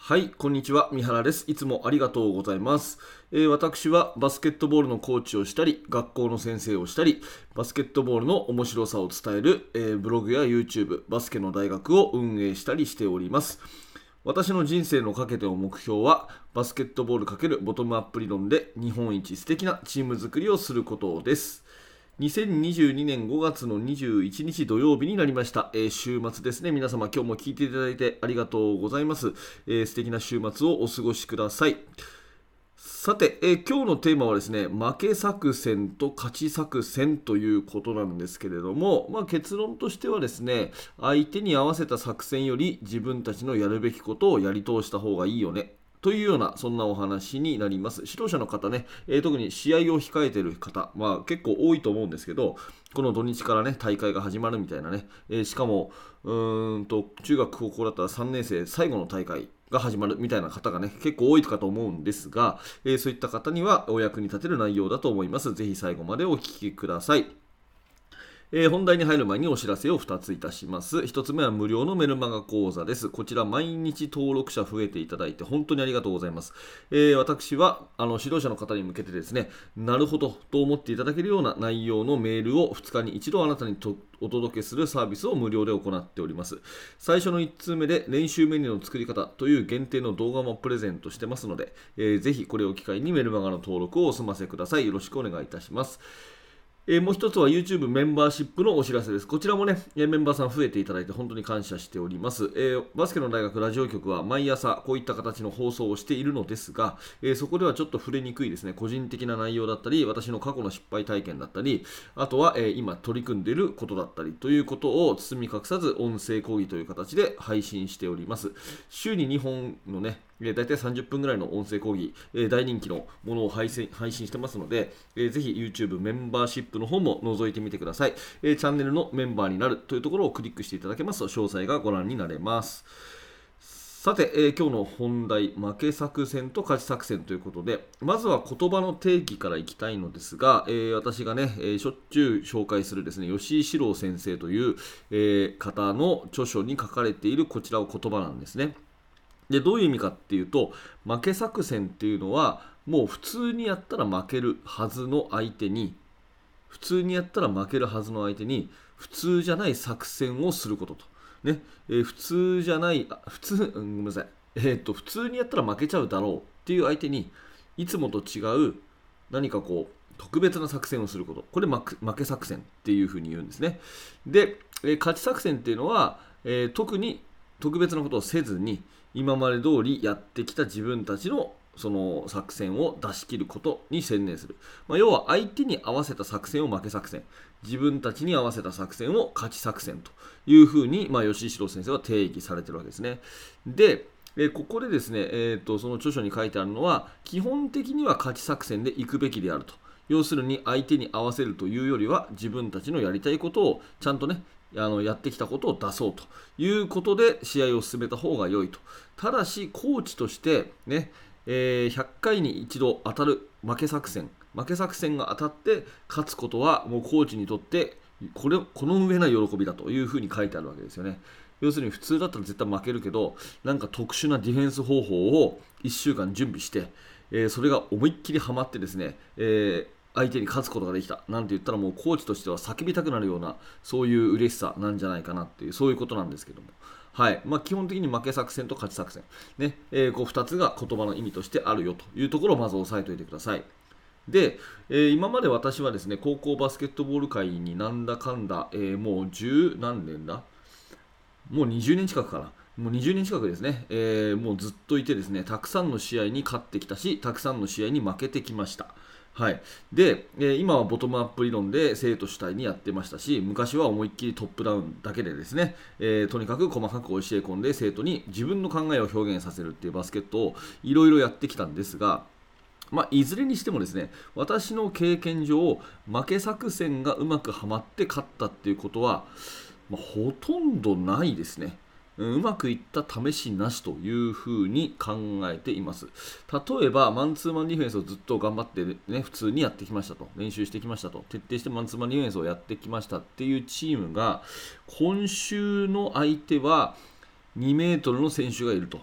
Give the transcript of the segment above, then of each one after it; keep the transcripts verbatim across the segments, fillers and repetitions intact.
はい、こんにちは。三原です。いつもありがとうございます。えー私はバスケットボールのコーチをしたり、学校の先生をしたり、バスケットボールの面白さを伝える、えーブログや YouTube、バスケの大学を運営したりしております。私の人生のかけての目標は、バスケットボール×ボトムアップ理論で日本一素敵なチーム作りをすることです。にせんにじゅうにねんごがつのにじゅういちにち土曜日になりました、えー週末ですね。皆様今日も聞いていただいてありがとうございます。えー素敵な週末をお過ごしください。さて、えー今日のテーマはですね、負け作戦と勝ち作戦ということなんですけれども、まあ、結論としてはですね、相手に合わせた作戦より自分たちのやるべきことをやり通した方がいいよね。というような、そんなお話になります。指導者の方ね、えー特に試合を控えている方、まあ結構多いと思うんですけど、この土日からね、大会が始まるみたいなね、えーしかも、うーんと、中学、高校だったらさんねん生最後の大会が始まるみたいな方がね、結構多いかと思うんですが、えーそういった方にはお役に立てる内容だと思います。ぜひ最後までお聞きください。えー本題に入る前にお知らせをふたついたします。ひとつめは無料のメルマガ講座です。こちら毎日登録者増えていただいて本当にありがとうございます。えー私はあの指導者の方に向けてですね、なるほどと思っていただけるような内容のメールをふつかに一度あなたにとお届けするサービスを無料で行っております。最初のいっ通目で練習メニューの作り方という限定の動画もプレゼントしてますので、えーぜひこれを機会にメルマガの登録をお済ませください。よろしくお願いいたします。えーもう一つは YouTube メンバーシップのお知らせです。こちらもね、えーメンバーさん増えていただいて本当に感謝しております。えーバスケの大学ラジオ局は毎朝こういった形の放送をしているのですが、えーそこではちょっと触れにくいですね、個人的な内容だったり、私の過去の失敗体験だったり、あとは、えー今取り組んでいることだったりということを包み隠さず音声講義という形で配信しております。週ににほんのね、えー、大体さんじゅっぷんぐらいの音声講義、えー大人気のものを配信配信してますので、えーぜひ YouTube メンバーシップの方も覗いてみてください、えーチャンネルのメンバーになるというところをクリックしていただけますと詳細がご覧になれます。さて、えー今日の本題、負け作戦と勝ち作戦ということで、まずは言葉の定義からいきたいのですが、えー私がね、えーしょっちゅう紹介するですね、吉井史郎先生という、えー方の著書に書かれているこちらを言葉なんですね。で、どういう意味かっていうと、負け作戦っていうのは、もう普通にやったら負けるはずの相手に、普通にやったら負けるはずの相手に、普通じゃない作戦をすることと。ね、えー普通じゃない、あ普通、うん、ごめんなさい。えーっと、普通にやったら負けちゃうだろうっていう相手に、いつもと違う何かこう、特別な作戦をすること。これ負け負け作戦っていうふうに言うんですね。で、えー勝ち作戦っていうのは、えー特に特別なことをせずに、今まで通りやってきた自分たちのその作戦を出し切ることに専念する。まあ、要は相手に合わせた作戦を負け作戦、自分たちに合わせた作戦を勝ち作戦というふうに、まあ、吉井史郎先生は定義されているわけですね。で、えーここでですね、えーと、その著書に書いてあるのは、基本的には勝ち作戦で行くべきであると。要するに相手に合わせるというよりは、自分たちのやりたいことをちゃんとね、あのやってきたことを出そうということで試合を進めた方が良いと。ただし、コーチとしてね、えーひゃっかいに一度当たる負け作戦、負け作戦が当たって勝つことは、もうコーチにとってこれこの上ない喜びだというふうに書いてあるわけですよね。要するに普通だったら絶対負けるけど、なんか特殊なディフェンス方法をいっしゅうかん準備して、えーそれが思いっきりハマってですね、えー相手に勝つことができたなんて言ったら、もうコーチとしては叫びたくなるような、そういう嬉しさなんじゃないかなっていう、そういうことなんですけども、はい、まあ、基本的に負け作戦と勝ち作戦、ね、えーこうふたつが言葉の意味としてあるよというところをまず押さえておいてください。で、えー今まで私はですね、高校バスケットボール界になんだかんだ、えーもう十何年だもうにじゅうねん近くかな。もうにじゅうねん近くですね、えーもうずっといてですね、たくさんの試合に勝ってきたし、たくさんの試合に負けてきました。はい、で、えー今はボトムアップ理論で生徒主体にやってましたし、昔は思いっきりトップダウンだけでですね、えーとにかく細かく教え込んで生徒に自分の考えを表現させるっていうバスケットをいろいろやってきたんですが、まあ、いずれにしてもですね、私の経験上、負け作戦がうまくはまって勝ったっていうことは、まあ、ほとんどないですね。うんうまくいった試しなしというふうに考えています。例えば、マンツーマンディフェンスをずっと頑張って、ね、普通にやってきましたと、練習してきましたと、徹底してマンツーマンディフェンスをやってきましたっていうチームが、今週の相手はにメートルの選手がいると。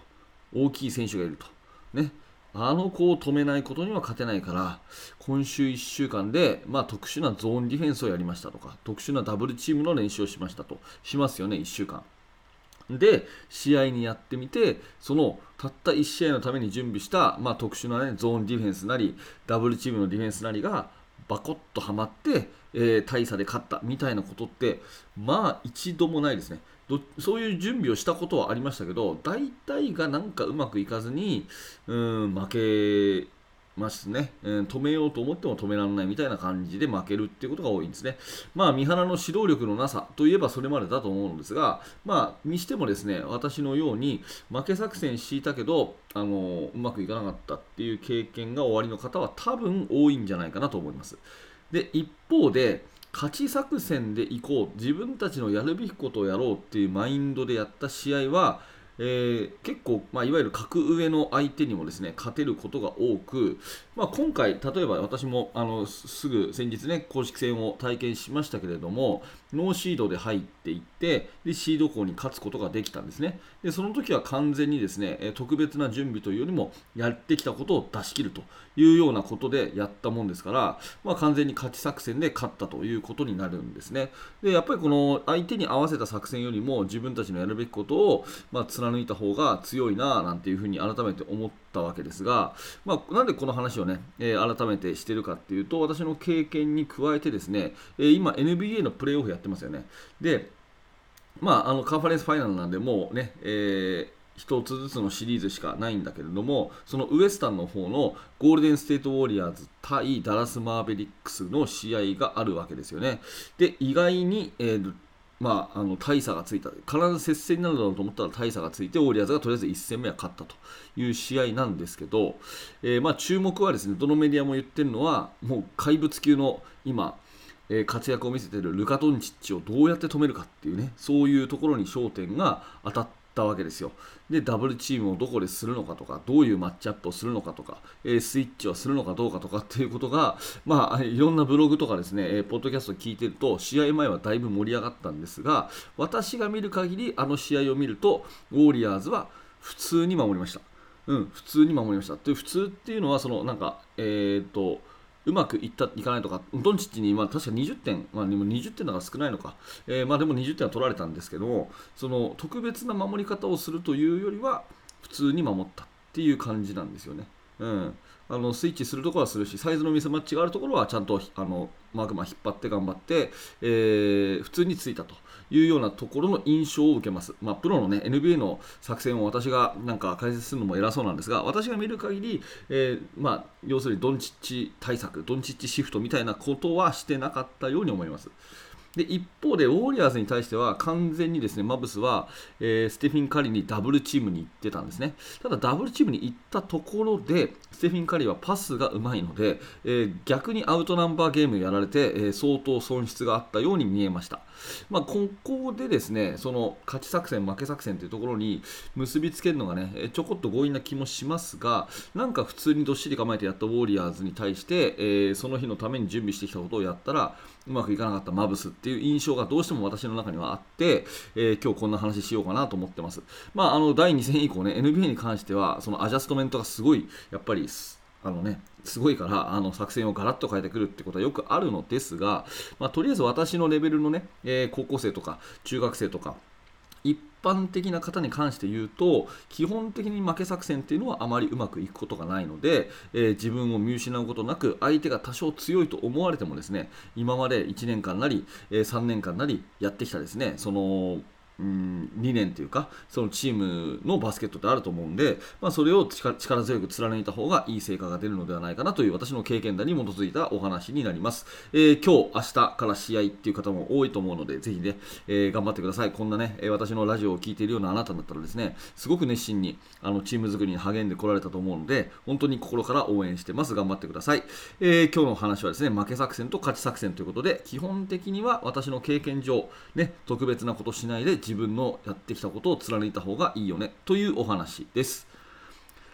大きい選手がいるとね、あの子を止めないことには勝てないから、今週いっしゅうかんで、まあ、特殊なゾーンディフェンスをやりましたとか、特殊なダブルチームの練習をしましたとしますよね、いっしゅうかんで試合にやってみて、そのたったいち試合のために準備した、まあ、特殊な、ね、ゾーンディフェンスなりダブルチームのディフェンスなりがバコッとはまって、えー、大差で勝ったみたいなことってまあ一度もないですね。どそういう準備をしたことはありましたけど、大体がなんかうまくいかずにうーん負けますね、うん、止めようと思っても止められないみたいな感じで負けるっていうことが多いんですね。まあ三原の指導力のなさといえばそれまでだと思うのですが、まあにしてもですね、私のように負け作戦敷いたけどあのうまくいかなかったっていう経験がおありの方は多分多いんじゃないかなと思います。で一方で勝ち作戦でいこう、自分たちのやるべきことをやろうっていうマインドでやった試合は、えー結構、まあ、いわゆる格上の相手にもですね勝てることが多く、まあ、今回、例えば私もあのすすぐ先日ね公式戦を体験しましたけれども、ノーシードで入っていってでシード校に勝つことができたんですね。でその時は完全にですねえー特別な準備というよりもやってきたことを出し切るというようなことでやったもんですから、まあ、完全に勝ち作戦で勝ったということになるんですね。でやっぱりこの相手に合わせた作戦よりも自分たちのやるべきことを、まあ、貫いた方が強いななんていうふうに改めて思ったわけですが、まあ、なんでこの話をね、えー改めてしてるかっていうと、私の経験に加えてですね、えー今 エヌビーエー のプレーオフやってますよね。でまあ、あのカンファレンスファイナルなんでもうね、えー一つずつのシリーズしかないんだけれども、そのウエスタンの方のゴールデンステートウォリアーズ対ダラスマーベリックスの試合があるわけですよね。で意外に、えーまあ、あの大差がついた、必ず接戦になるだろうと思ったら大差がついて、ウォリアーズがとりあえずいち戦目は勝ったという試合なんですけど、えーまあ、注目はですね、どのメディアも言ってるのは、もう怪物級の今、えー活躍を見せているルカ・ドンチッチをどうやって止めるかっていうね、そういうところに焦点が当たったわけですよ。でダブルチームをどこでするのかとか、どういうマッチアップをするのかとか、えースイッチをするのかどうかとかっていうことが、まあ、いろんなブログとかですね、えーポッドキャストを聞いてると試合前はだいぶ盛り上がったんですが、私が見る限りあの試合を見るとウォリアーズは普通に守りました。うん、普通に守りました。で普通っていうのはそのなんかえーっとうまくいったいかないとか、ドンチッチにまあ確かにじゅってん、まあ、でもにじゅってんだから少ないのか、えーまあ、でもにじゅってんは取られたんですけども、その特別な守り方をするというよりは普通に守ったっていう感じなんですよね。うん、あのスイッチするところはするし、サイズのミスマッチがあるところはちゃんとあのマグマ引っ張って頑張って、えー普通についたというようなところの印象を受けます。まあ、プロの、ね、エヌビーエー の作戦を私がなんか解説するのも偉そうなんですが、私が見る限り、えーまあ、要するにドンチッチ対策、ドンチッチシフトみたいなことはしてなかったように思います。で一方でウォリアーズに対しては完全にですねマブスは、えーステフィン・カリーにダブルチームに行ってたんですね。ただダブルチームに行ったところでステフィン・カリーはパスがうまいので、えー逆にアウトナンバーゲームやられて、えー相当損失があったように見えました。まあ、ここでですねその勝ち作戦負け作戦というところに結びつけるのがねえーちょこっと強引な気もしますが、なんか普通にどっしり構えてやったウォリアーズに対して、えーその日のために準備してきたことをやったらうまくいかなかったマブスっていう印象がどうしても私の中にはあって、えー今日こんな話しようかなと思ってます。まあ、あのだいに戦以降ね エヌビーエー に関してはそのアジャストメントがすごいやっぱりあのね、すごいからあの作戦をガラッと変えてくるってことはよくあるのですが、まあ、とりあえず私のレベルのね、えー高校生とか中学生とか一般的な方に関して言うと基本的に負け作戦っていうのはあまりうまくいくことがないので、えー自分を見失うことなく相手が多少強いと思われてもですね今までいちねんかんなり、えーさんねんかんなりやってきたですねそのうん理念というかそのチームのバスケットってあると思うんで、まあ、それを力力強く貫いた方がいい成果が出るのではないかなという私の経験談に基づいたお話になります。えー今日明日から試合っていう方も多いと思うのでぜひね、えー頑張ってください。こんなねえー私のラジオを聞いているようなあなただったらですねすごく熱心にあのチーム作りに励んでこられたと思うので本当に心から応援してます。頑張ってください。えー今日の話はですね負け作戦と勝ち作戦ということで基本的には私の経験上ね特別なことしないで自分のやってきたことを貫いた方がいいよねというお話です。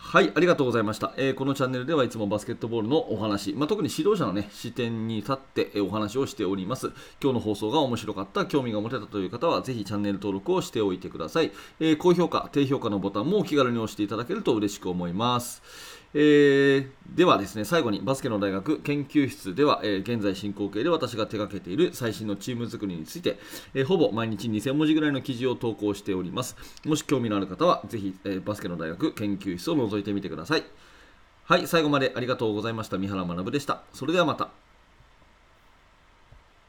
はい、ありがとうございました。えーこのチャンネルではいつもバスケットボールのお話、まあ、特に指導者の、ね、視点に立って、えーお話をしております。今日の放送が面白かった、興味が持てたという方は、ぜひチャンネル登録をしておいてください。えー高評価、低評価のボタンもお気軽に押していただけると嬉しく思います。えーではですね、最後にバスケの大学研究室では、えー現在進行形で私が手掛けている最新のチーム作りについて、えーほぼ毎日にせん文字ぐらいの記事を投稿しております。もし興味のある方は、ぜひ、えーバスケの大学研究室を覗いてみてください。はい、最後までありがとうございました。三原学でした。それではまた。